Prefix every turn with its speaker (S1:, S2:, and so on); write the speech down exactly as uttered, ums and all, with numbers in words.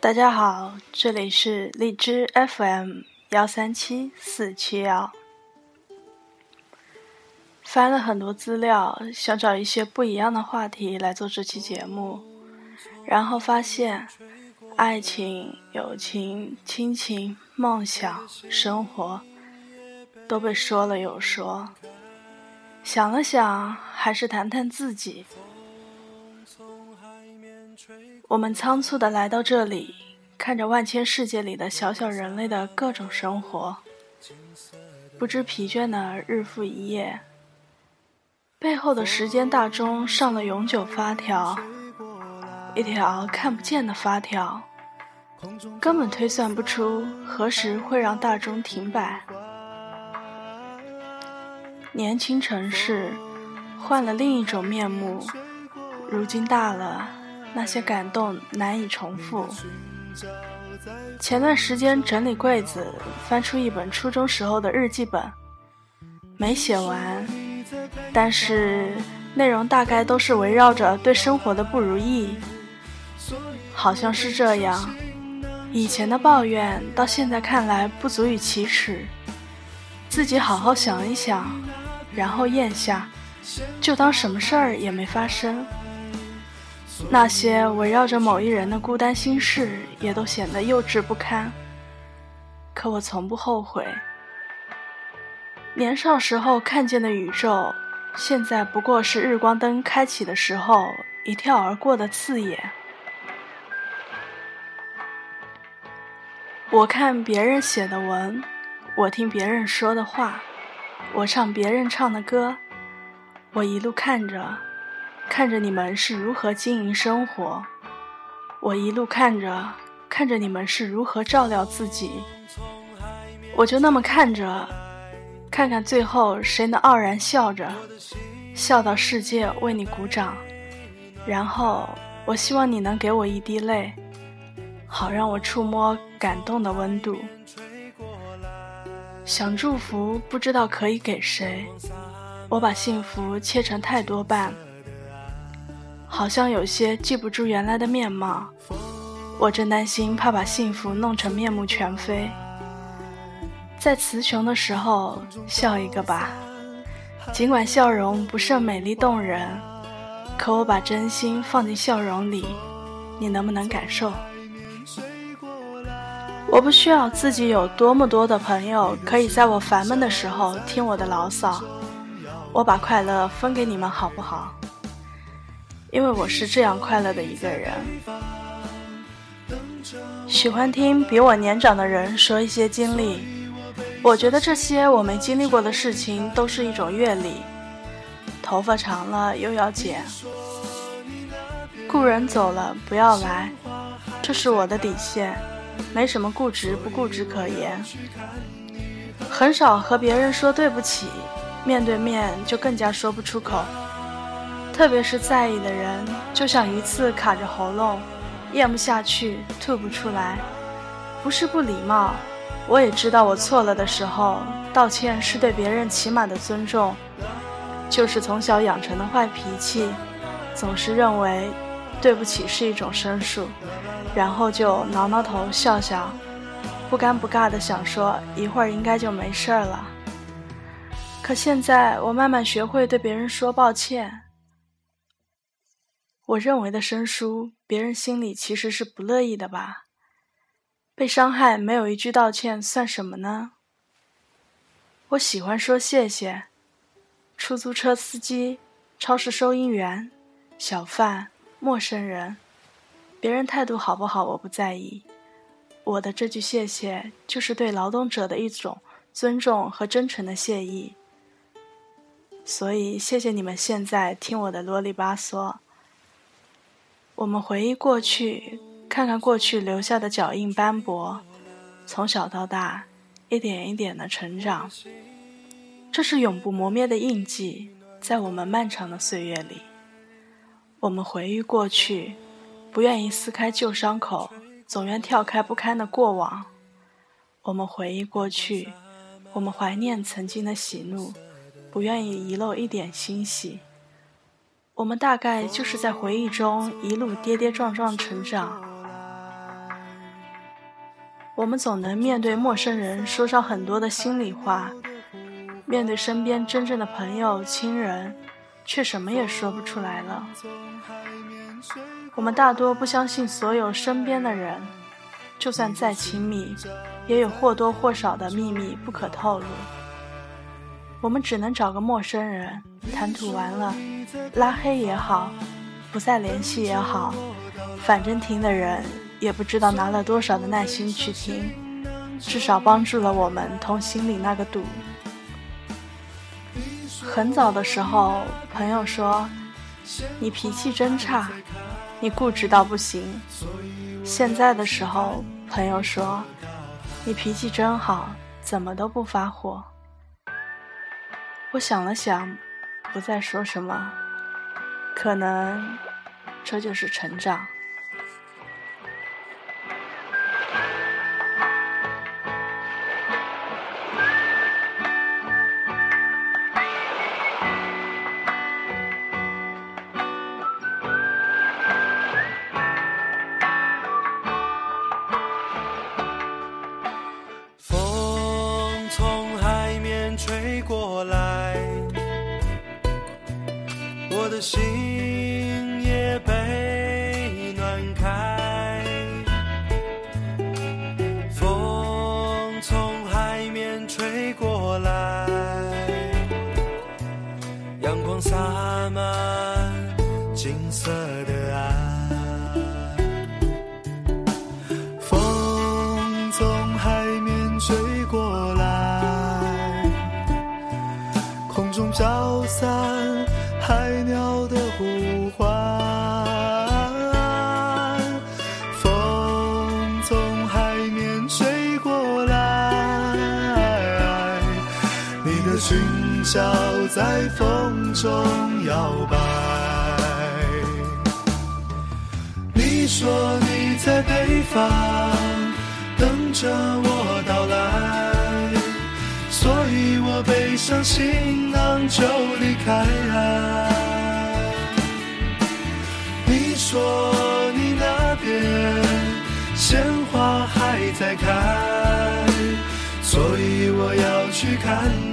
S1: 大家好，这里是荔枝 F M 幺三七四七幺。翻了很多资料，想找一些不一样的话题来做这期节目，然后发现爱情、友情、亲情、梦想、生活都被说了又说。想了想，还是谈谈自己。我们仓促地来到这里，看着万千世界里的小小人类的各种生活，不知疲倦的日复一夜，背后的时间大钟上了永久发条，一条看不见的发条，根本推算不出何时会让大钟停摆。年轻城市换了另一种面目，如今大了，那些感动难以重复。前段时间整理柜子，翻出一本初中时候的日记本，没写完，但是内容大概都是围绕着对生活的不如意。好像是这样，以前的抱怨到现在看来不足以启齿，自己好好想一想，然后咽下，就当什么事儿也没发生。那些围绕着某一人的孤单心事也都显得幼稚不堪，可我从不后悔。年少时候看见的宇宙，现在不过是日光灯开启的时候一跳而过的刺眼。我看别人写的文，我听别人说的话，我唱别人唱的歌，我一路看着看着你们是如何经营生活，我一路看着看着你们是如何照料自己，我就那么看着，看看最后谁能傲然笑着笑到世界为你鼓掌。然后我希望你能给我一滴泪，好让我触摸感动的温度。想祝福不知道可以给谁，我把幸福切成太多瓣，好像有些记不住原来的面貌，我真担心怕把幸福弄成面目全非。在词穷的时候笑一个吧，尽管笑容不甚美丽动人，可我把真心放进笑容里，你能不能感受？我不需要自己有多么多的朋友可以在我烦闷的时候听我的牢骚，我把快乐分给你们好不好？因为我是这样快乐的一个人。喜欢听比我年长的人说一些经历，我觉得这些我没经历过的事情都是一种阅历。头发长了又要剪，故人走了不要来，这是我的底线，没什么固执不固执可言。很少和别人说对不起，面对面就更加说不出口，特别是在意的人，就像鱼刺卡着喉咙，咽不下去，吐不出来。不是不礼貌，我也知道我错了的时候，道歉是对别人起码的尊重。就是从小养成的坏脾气，总是认为对不起是一种申诉，然后就挠挠头笑笑，不尴不尬地想说一会儿应该就没事了。可现在我慢慢学会对别人说抱歉。我认为的生疏，别人心里其实是不乐意的吧？被伤害没有一句道歉算什么呢？我喜欢说谢谢，出租车司机、超市收银员、小贩、陌生人，别人态度好不好我不在意，我的这句谢谢就是对劳动者的一种尊重和真诚的谢意。所以谢谢你们现在听我的啰里吧嗦。我们回忆过去，看看过去留下的脚印斑驳，从小到大一点一点的成长，这是永不磨灭的印记，在我们漫长的岁月里。我们回忆过去，不愿意撕开旧伤口，总愿跳开不堪的过往。我们回忆过去，我们怀念曾经的喜怒，不愿意遗漏一点欣喜。我们大概就是在回忆中一路跌跌撞撞成长。 我们总能面对陌生人说上很多的心里话，面对身边真正的朋友亲人，却什么也说不出来了。我们大多不相信所有身边的人，就算再亲密，也有或多或少的秘密不可透露。我们只能找个陌生人，谈吐完了，拉黑也好，不再联系也好，反正听的人也不知道拿了多少的耐心去听，至少帮助了我们同心里那个堵。很早的时候，朋友说你脾气真差，你固执到不行。现在的时候，朋友说你脾气真好，怎么都不发火。我想了想，不再说什么，可能这就是成长。
S2: 我的心也被暖开，风从海面吹过来，阳光洒满金色的岸，风从海面吹过来，空中飘散海鸟的呼唤，风从海面吹过来，你的裙角在风中摇摆。你说你在北方等着我到来，所以我背上行囊就离开。你说你那边鲜花还在开，所以我要去看